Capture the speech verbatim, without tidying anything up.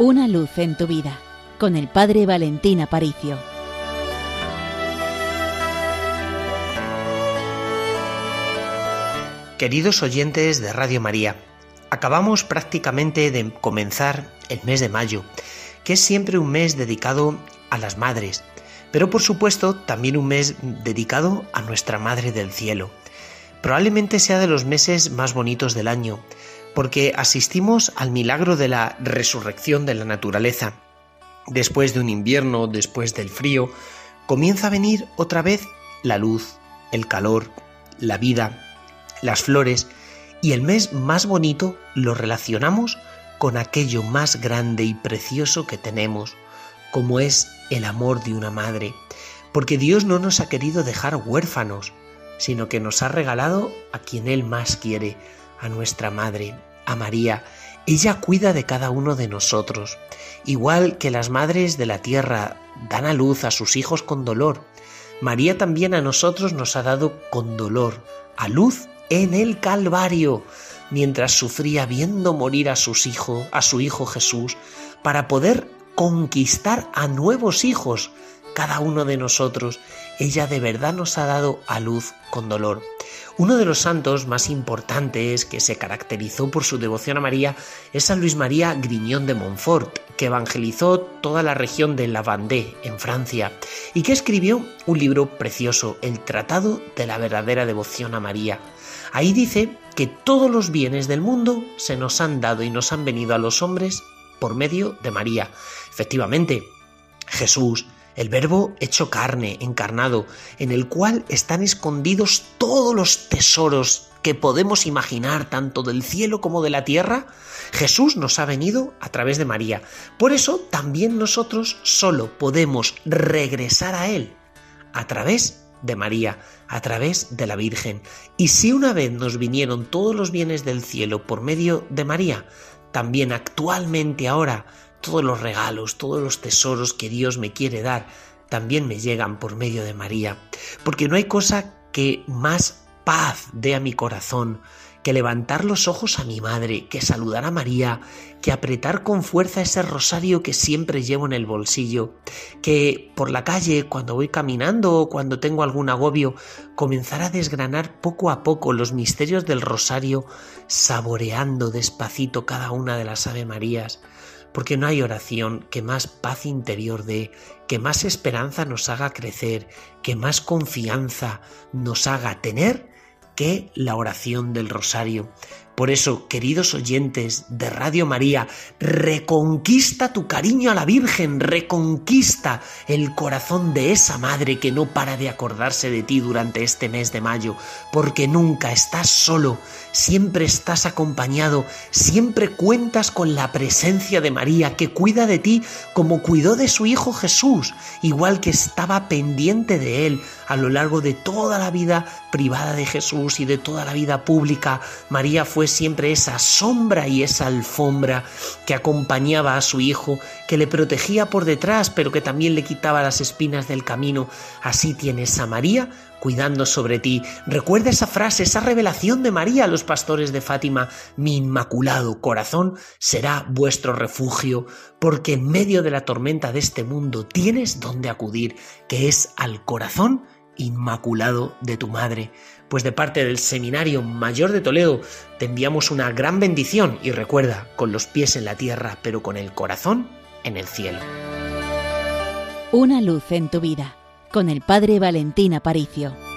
Una luz en tu vida, con el Padre Valentín Aparicio. Queridos oyentes de Radio María, acabamos prácticamente de comenzar el mes de mayo, que es siempre un mes dedicado a las madres, pero por supuesto también un mes dedicado a nuestra Madre del Cielo. Probablemente sea de los meses más bonitos del año, porque asistimos al milagro de la resurrección de la naturaleza. Después de un invierno, después del frío, comienza a venir otra vez la luz, el calor, la vida, las flores, y el mes más bonito lo relacionamos con aquello más grande y precioso que tenemos, como es el amor de una madre, porque Dios no nos ha querido dejar huérfanos, sino que nos ha regalado a quien Él más quiere, a nuestra Madre, a María. Ella cuida de cada uno de nosotros, igual que las madres de la tierra dan a luz a sus hijos con dolor. María también a nosotros nos ha dado con dolor, a luz en el Calvario, mientras sufría viendo morir a sus hijos, a su hijo Jesús, para poder conquistar a nuevos hijos, cada uno de nosotros. Ella de verdad nos ha dado a luz con dolor. Uno de los santos más importantes que se caracterizó por su devoción a María es San Luis María Grignon de Montfort, que evangelizó toda la región de la Vendée, en Francia, y que escribió un libro precioso, el Tratado de la verdadera devoción a María. Ahí dice que todos los bienes del mundo se nos han dado y nos han venido a los hombres por medio de María. Efectivamente, Jesús, el Verbo hecho carne, encarnado, en el cual están escondidos todos los tesoros que podemos imaginar, tanto del cielo como de la tierra, Jesús nos ha venido a través de María. Por eso también nosotros solo podemos regresar a Él a través de María, a través de la Virgen. Y si una vez nos vinieron todos los bienes del cielo por medio de María, también actualmente ahora todos los regalos, todos los tesoros que Dios me quiere dar, también me llegan por medio de María. Porque no hay cosa que más paz dé a mi corazón que levantar los ojos a mi madre, que saludar a María, que apretar con fuerza ese rosario que siempre llevo en el bolsillo, que por la calle, cuando voy caminando o cuando tengo algún agobio, comenzar a desgranar poco a poco los misterios del rosario, saboreando despacito cada una de las Ave Marías. Porque no hay oración que más paz interior dé, que más esperanza nos haga crecer, que más confianza nos haga tener que la oración del rosario. Por eso, queridos oyentes de Radio María, reconquista tu cariño a la Virgen, reconquista el corazón de esa madre que no para de acordarse de ti durante este mes de mayo, porque nunca estás solo, siempre estás acompañado, siempre cuentas con la presencia de María, que cuida de ti como cuidó de su Hijo Jesús, igual que estaba pendiente de él a lo largo de toda la vida privada de Jesús y de toda la vida pública. María fue siempre esa sombra y esa alfombra que acompañaba a su hijo, que le protegía por detrás, pero que también le quitaba las espinas del camino. Así tienes a María cuidando sobre ti. Recuerda esa frase, esa revelación de María a los pastores de Fátima: mi inmaculado corazón será vuestro refugio, porque en medio de la tormenta de este mundo tienes donde acudir, que es al corazón inmaculado de tu madre. Pues de parte del Seminario Mayor de Toledo te enviamos una gran bendición y recuerda, con los pies en la tierra, pero con el corazón en el cielo. Una luz en tu vida, con el Padre Valentín Aparicio.